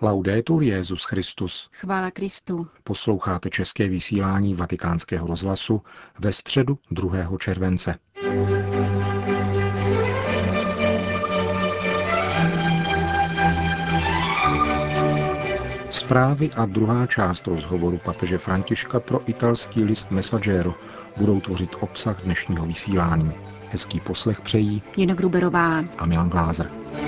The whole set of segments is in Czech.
Laudetur Jesus Christus. Chvála Kristu. Posloucháte české vysílání Vatikánského rozhlasu ve středu 2. července. Zprávy a druhá část rozhovoru papeže Františka pro italský list Messaggero budou tvořit obsah dnešního vysílání. Hezký poslech přejí Jana Gruberová a Milan Glázer.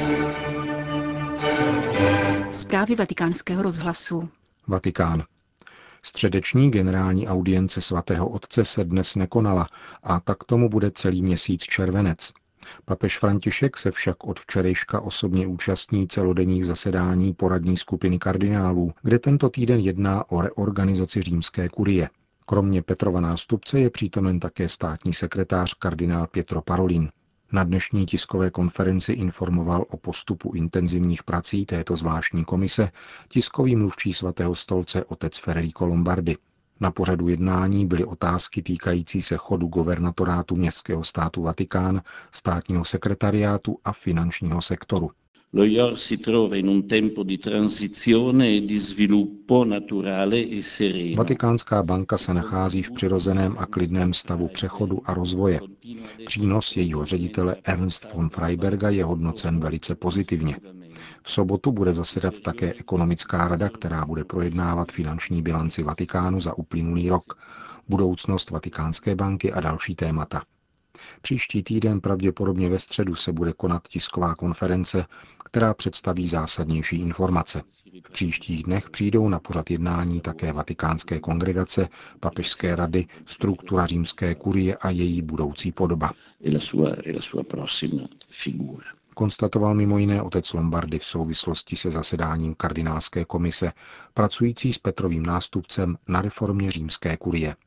Zprávy Vatikánského rozhlasu. Vatikán. Středeční generální audience svatého otce se dnes nekonala a tak tomu bude celý měsíc červenec. Papež František se však od včerejška osobně účastní celodenních zasedání poradní skupiny kardinálů, kde tento týden jedná o reorganizaci římské kurie. Kromě Petrova nástupce je přítomen také státní sekretář kardinál Pietro Parolin. Na dnešní tiskové konferenci informoval o postupu intenzivních prací této zvláštní komise tiskový mluvčí svatého stolce otec Federico Lombardi. Na pořadu jednání byly otázky týkající se chodu guvernatorátu městského státu Vatikán, státního sekretariátu a finančního sektoru. Lo IOR si trova in un tempo di transizione e di sviluppo naturale e sereno. Vatikánská banka se nachází v přirozeném a klidném stavu přechodu a rozvoje. Přínos jejího ředitele Ernst von Freiberga je hodnocen velice pozitivně. V sobotu bude zasedat také ekonomická rada, která bude projednávat finanční bilanci Vatikánu za uplynulý rok, budoucnost Vatikánské banky a další témata. Příští týden, pravděpodobně ve středu, se bude konat tisková konference, která představí zásadnější informace. V příštích dnech přijdou na pořad jednání také vatikánské kongregace, papežské rady, struktura římské kurie a její budoucí podoba. Konstatoval mimo jiné otec Lombardi v souvislosti se zasedáním kardinálské komise, pracující s Petrovým nástupcem na reformě římské kurie.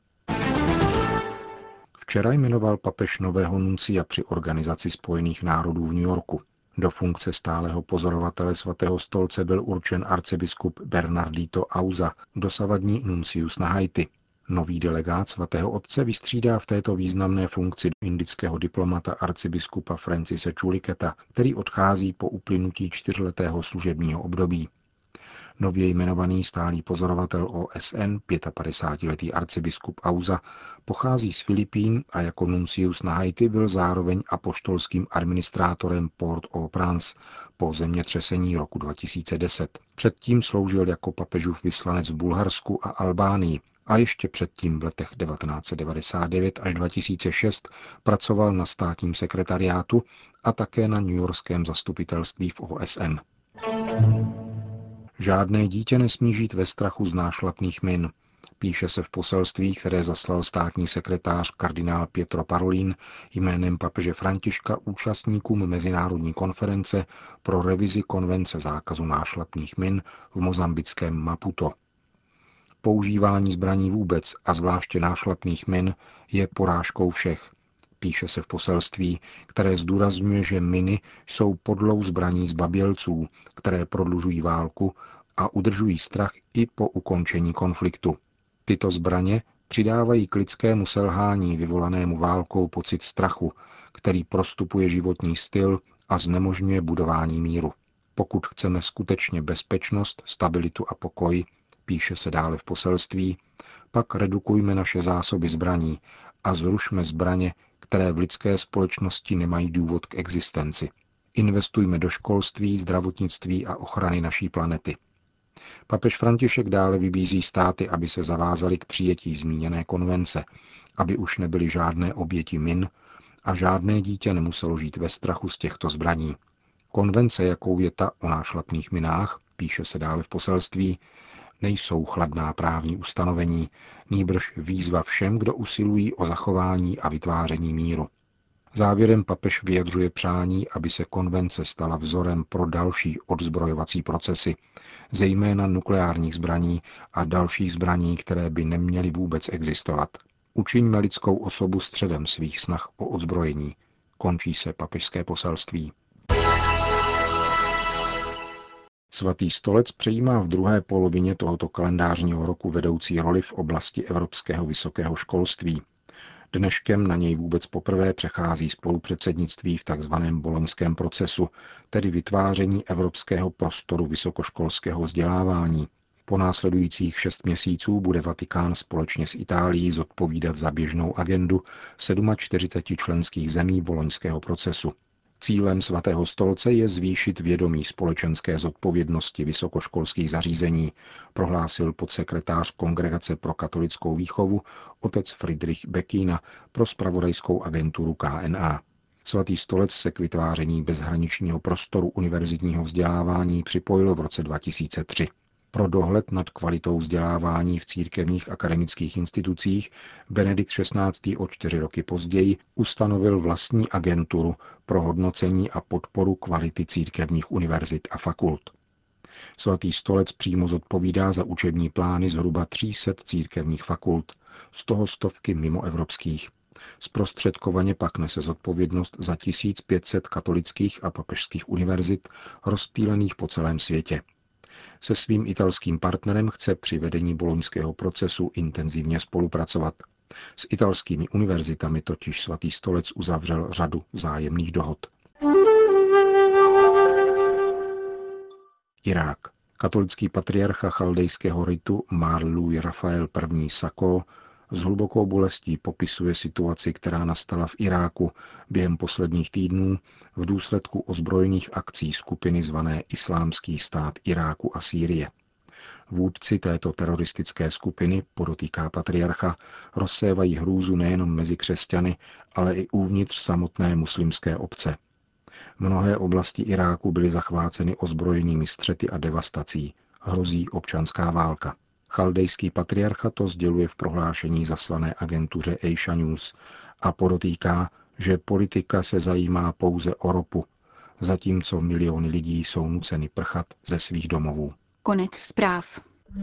Včera jmenoval papež nového nuncia při Organizaci spojených národů v New Yorku. Do funkce stálého pozorovatele svatého stolce byl určen arcibiskup Bernardito Auza, dosavadní nuncius na Haiti. Nový delegát svatého otce vystřídá v této významné funkci indického diplomata arcibiskupa Francise Chuliketa, který odchází po uplynutí 4letého služebního období. Nově jmenovaný stálý pozorovatel OSN, 55letý arcibiskup Auza, pochází z Filipín a jako nuncius na Haiti byl zároveň apoštolským administrátorem Port-au-Prince po zemětřesení roku 2010. Předtím sloužil jako papežův vyslanec v Bulharsku a Albánii a ještě předtím v letech 1999 až 2006 pracoval na státním sekretariátu a také na newyorském zastupitelství v OSN. Žádné dítě nesmí žít ve strachu z nášlapných min, píše se v poselství, které zaslal státní sekretář kardinál Pietro Parolin jménem papeže Františka účastníkům mezinárodní konference pro revizi konvence zákazu nášlapných min v mozambickém Maputo. Používání zbraní vůbec a zvláště nášlapných min je porážkou všech, píše se v poselství, které zdůrazňuje, že miny jsou podlou zbraní zbabělců, které prodlužují válku a udržují strach i po ukončení konfliktu. Tyto zbraně přidávají k lidskému selhání vyvolanému válkou pocit strachu, který prostupuje životní styl a znemožňuje budování míru. Pokud chceme skutečně bezpečnost, stabilitu a pokoj, píše se dále v poselství, pak redukujme naše zásoby zbraní a zrušme zbraně, které v lidské společnosti nemají důvod k existenci. Investujme do školství, zdravotnictví a ochrany naší planety. Papež František dále vybízí státy, aby se zavázali k přijetí zmíněné konvence, aby už nebyly žádné oběti min a žádné dítě nemuselo žít ve strachu z těchto zbraní. Konvence, jakou je ta o nášlapných minách, píše se dále v poselství, nejsou chladná právní ustanovení, nýbrž výzva všem, kdo usilují o zachování a vytváření míru. Závěrem papež vyjadřuje přání, aby se konvence stala vzorem pro další odzbrojovací procesy, zejména nukleárních zbraní a dalších zbraní, které by neměly vůbec existovat. Učiňme lidskou osobu středem svých snah o odzbrojení. Končí se papežské poselství. Svatý stolec přejímá v druhé polovině tohoto kalendářního roku vedoucí roli v oblasti evropského vysokého školství. Dneškem na něj vůbec poprvé přechází spolupředsednictví v tzv. Boloňském procesu, tedy vytváření evropského prostoru vysokoškolského vzdělávání. Po následujících 6 měsíců bude Vatikán společně s Itálií zodpovídat za běžnou agendu 47 členských zemí Boloňského procesu. Cílem Svatého stolce je zvýšit vědomí společenské zodpovědnosti vysokoškolských zařízení, prohlásil podsekretář Kongregace pro katolickou výchovu otec Friedrich Bekina pro zpravodajskou agenturu KNA. Svatý stolec se k vytváření bezhraničního prostoru univerzitního vzdělávání připojil v roce 2003. Pro dohled nad kvalitou vzdělávání v církevních akademických institucích Benedikt XVI. O 4 roky později ustanovil vlastní agenturu pro hodnocení a podporu kvality církevních univerzit a fakult. Svatý stolec přímo zodpovídá za učební plány zhruba 300 církevních fakult, z toho stovky mimoevropských. Zprostředkovaně pak nese zodpovědnost za 1500 katolických a papežských univerzit rozptýlených po celém světě. Se svým italským partnerem chce při vedení boloňského procesu intenzivně spolupracovat. S italskými univerzitami totiž Svatý stolec uzavřel řadu vzájemných dohod. Irák. Katolický patriarcha chaldejského ritu Mar Louis Raphael I. Sako s hlubokou bolestí popisuje situaci, která nastala v Iráku během posledních týdnů v důsledku ozbrojených akcí skupiny zvané Islámský stát Iráku a Sýrie. Vůdci této teroristické skupiny, podotýká patriarcha, rozsévají hrůzu nejenom mezi křesťany, ale i uvnitř samotné muslimské obce. Mnohé oblasti Iráku byly zachváceny ozbrojenými střety a devastací. Hrozí občanská válka. Chaldejský patriarcha to sděluje v prohlášení zaslané agentuře Asia News a podotýká, že politika se zajímá pouze o ropu, zatímco miliony lidí jsou nuceny prchat ze svých domovů. Konec zpráv.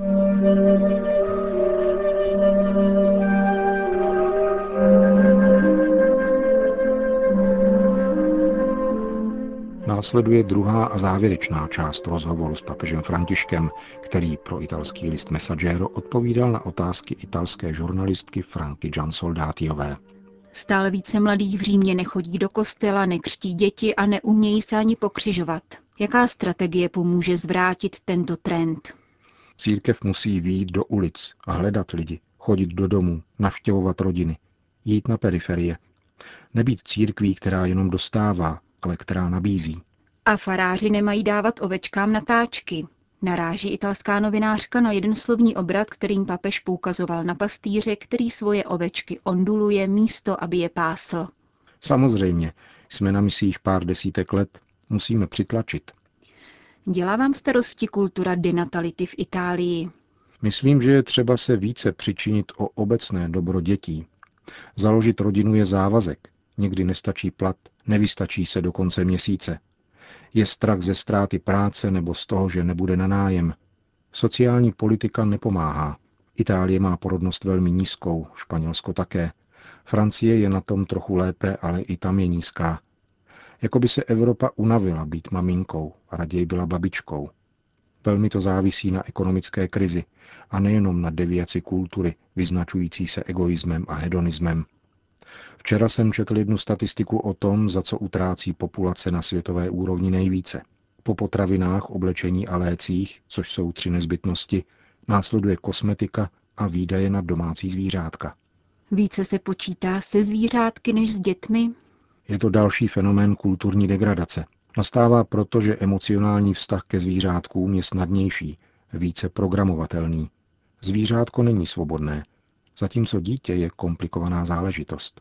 Následuje druhá a závěrečná část rozhovoru s papežem Františkem, který pro italský list Messaggero odpovídal na otázky italské žurnalistky Franky Giansoldatiové. Stále více mladých v Římě nechodí do kostela, nekřtí děti a neumějí se ani pokřižovat. Jaká strategie pomůže zvrátit tento trend? Církev musí vyjít do ulic a hledat lidi, chodit do domů, navštěvovat rodiny, jít na periferie. Nebýt církví, která jenom dostává, ale která nabízí. A faráři nemají dávat ovečkám natáčky. Naráží italská novinářka na jeden slovní obrat, kterým papež poukazoval na pastýře, který svoje ovečky onduluje místo, aby je pásl. Samozřejmě, jsme na misích pár desítek let, musíme přitlačit. Dělá vám starosti kultura denatality v Itálii? Myslím, že je třeba se více přičinit o obecné dobro dětí. Založit rodinu je závazek. Někdy nestačí plat, nevystačí se do konce měsíce. Je strach ze ztráty práce nebo z toho, že nebude na nájem. Sociální politika nepomáhá. Itálie má porodnost velmi nízkou, Španělsko také. Francie je na tom trochu lépe, ale i tam je nízká. Jako by se Evropa unavila být maminkou a raději byla babičkou. Velmi to závisí na ekonomické krizi a nejenom na deviaci kultury, vyznačující se egoismem a hedonismem. Včera jsem četl jednu statistiku o tom, za co utrácí populace na světové úrovni nejvíce. Po potravinách, oblečení a lécích, což jsou 3 nezbytnosti, následuje kosmetika a výdaje na domácí zvířátka. Více se počítá se zvířátky než s dětmi? Je to další fenomén kulturní degradace. Nastává proto, že emocionální vztah ke zvířátkům je snadnější, více programovatelný. Zvířátko není svobodné, zatímco dítě je komplikovaná záležitost.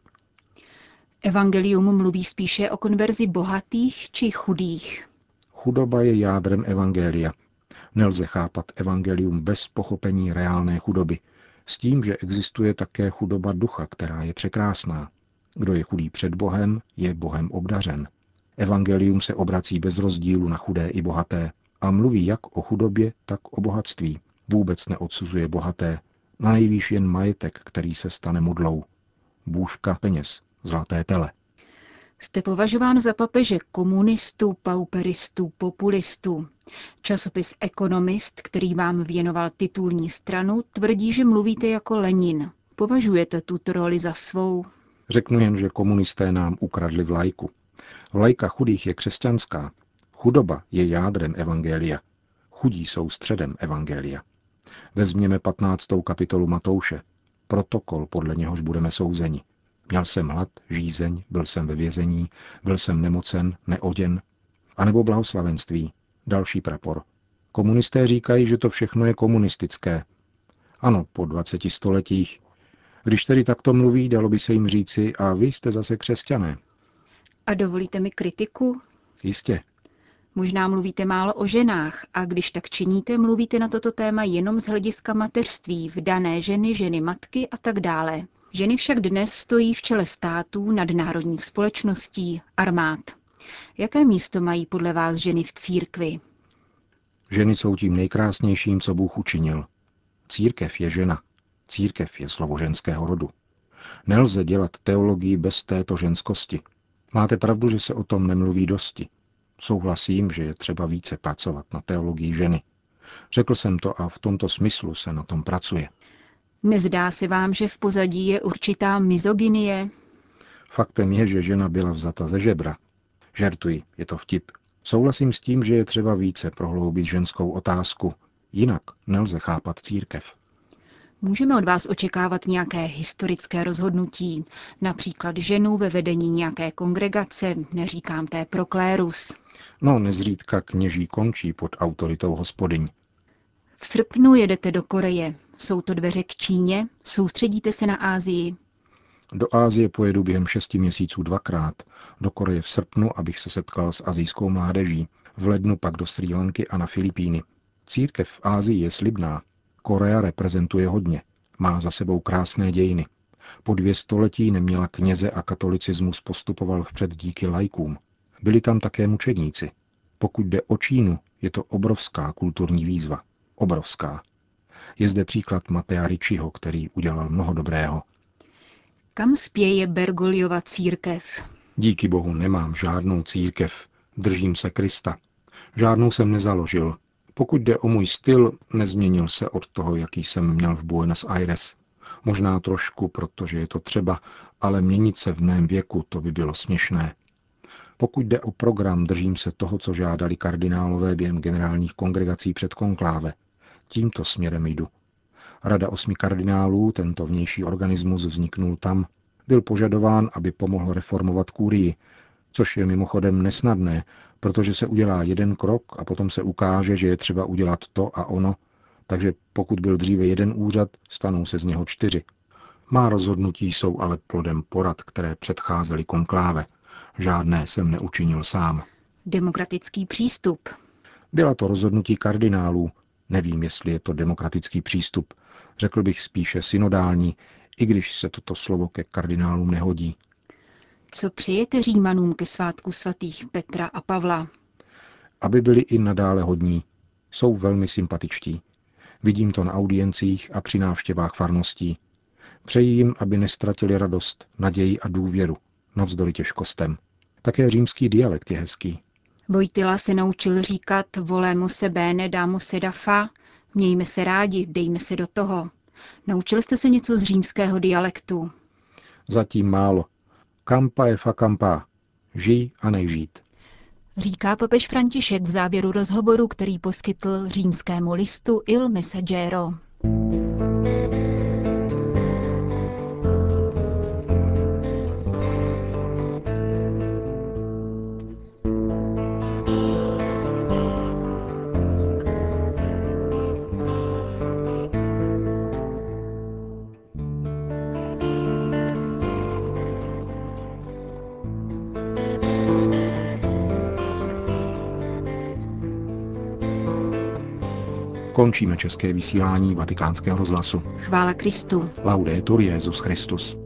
Evangelium mluví spíše o konverzi bohatých či chudých. Chudoba je jádrem evangelia. Nelze chápat evangelium bez pochopení reálné chudoby, s tím, že existuje také chudoba ducha, která je překrásná. Kdo je chudý před Bohem, je Bohem obdařen. Evangelium se obrací bez rozdílu na chudé i bohaté a mluví jak o chudobě, tak o bohatství. Vůbec neodsuzuje bohaté, nanejvýš jen majetek, který se stane modlou. Bůžka peněz, zlaté tele. Jste považován za papeže komunistů, pauperistů, populistů. Časopis Economist, který vám věnoval titulní stranu, tvrdí, že mluvíte jako Lenin. Považujete tuto roli za svou? Řeknu jen, že komunisté nám ukradli vlajku. Vlajka chudých je křesťanská. Chudoba je jádrem evangelia. Chudí jsou středem evangelia. Vezměme 15. kapitolu Matouše. Protokol, podle něhož budeme souzeni. Měl jsem hlad, žízeň, byl jsem ve vězení, byl jsem nemocen, neoděn. A nebo blahoslavenství, další prapor. Komunisté říkají, že to všechno je komunistické. Ano, po 20 stoletích. Když tedy takto mluví, dalo by se jim říci, a vy jste zase křesťané. A dovolíte mi kritiku? Jistě. Možná mluvíte málo o ženách a když tak činíte, mluvíte na toto téma jenom z hlediska mateřství, vdané ženy, ženy matky a tak dále. Ženy však dnes stojí v čele států, nadnárodních společností, armád. Jaké místo mají podle vás ženy v církvi? Ženy jsou tím nejkrásnějším, co Bůh učinil. Církev je žena. Církev je slovo ženského rodu. Nelze dělat teologii bez této ženskosti. Máte pravdu, že se o tom nemluví dosti. Souhlasím, že je třeba více pracovat na teologii ženy. Řekl jsem to a v tomto smyslu se na tom pracuje. Nezdá se vám, že v pozadí je určitá mizogynie? Faktem je, že žena byla vzata ze žebra. Žertuji, je to vtip. Souhlasím s tím, že je třeba více prohloubit ženskou otázku. Jinak nelze chápat církev. Můžeme od vás očekávat nějaké historické rozhodnutí, například ženu ve vedení nějaké kongregace, neříkám té pro klérus. No, nezřídka kněží končí pod autoritou hospodyň. V srpnu jedete do Koreje. Jsou to dveře k Číně? Soustředíte se na Asii? Do Asie pojedu během 6 měsíců 2krát. Do Koreje v srpnu, abych se setkal s asijskou mládeží. V lednu pak do Srí Lanky a na Filipíny. Církev v Asii je slibná. Korea reprezentuje hodně. Má za sebou krásné dějiny. Po 2 století neměla kněze a katolicismus postupoval vpřed díky laikům. Byli tam také mučedníci. Pokud jde o Čínu, je to obrovská kulturní výzva. Obrovská. Je zde příklad Matea Ricciho, který udělal mnoho dobrého. Kam spěje Bergogliova církev? Díky Bohu nemám žádnou církev. Držím se Krista. Žádnou jsem nezaložil. Pokud jde o můj styl, nezměnil se od toho, jaký jsem měl v Buenos Aires. Možná trošku, protože je to třeba, ale měnit se v mém věku, to by bylo směšné. Pokud jde o program, držím se toho, co žádali kardinálové během generálních kongregací před konkláve. Tímto směrem jdu. Rada 8 kardinálů, tento vnější organismus vzniknul tam, byl požadován, aby pomohl reformovat kurii, což je mimochodem nesnadné, protože se udělá jeden krok a potom se ukáže, že je třeba udělat to a ono, takže pokud byl dříve jeden úřad, stanou se z něho 4. Má rozhodnutí jsou ale plodem porad, které předcházely konkláve. Žádné jsem neučinil sám. Demokratický přístup. Byla to rozhodnutí kardinálů. Nevím, jestli je to demokratický přístup. Řekl bych spíše synodální, i když se toto slovo ke kardinálům nehodí. Co přijete Římanům ke svátku svatých Petra a Pavla? Aby byli i nadále hodní. Jsou velmi sympatičtí. Vidím to na audiencích a při návštěvách farností. Přeji jim, aby nestratili radost, naději a důvěru, navzdory těžkostem. Také římský dialekt je hezký. Wojtyla se naučil říkat volemo se bene, damo se da fa, mějme se rádi, dejme se do toho. Naučil jste se něco z římského dialektu? Zatím málo. Campa e fa campa. Žij a nejžít. Říká papež František v závěru rozhovoru, který poskytl římskému listu Il Messaggero. Končíme české vysílání Vatikánského rozhlasu. Chvála Kristu. Laudetur Jesus Christus.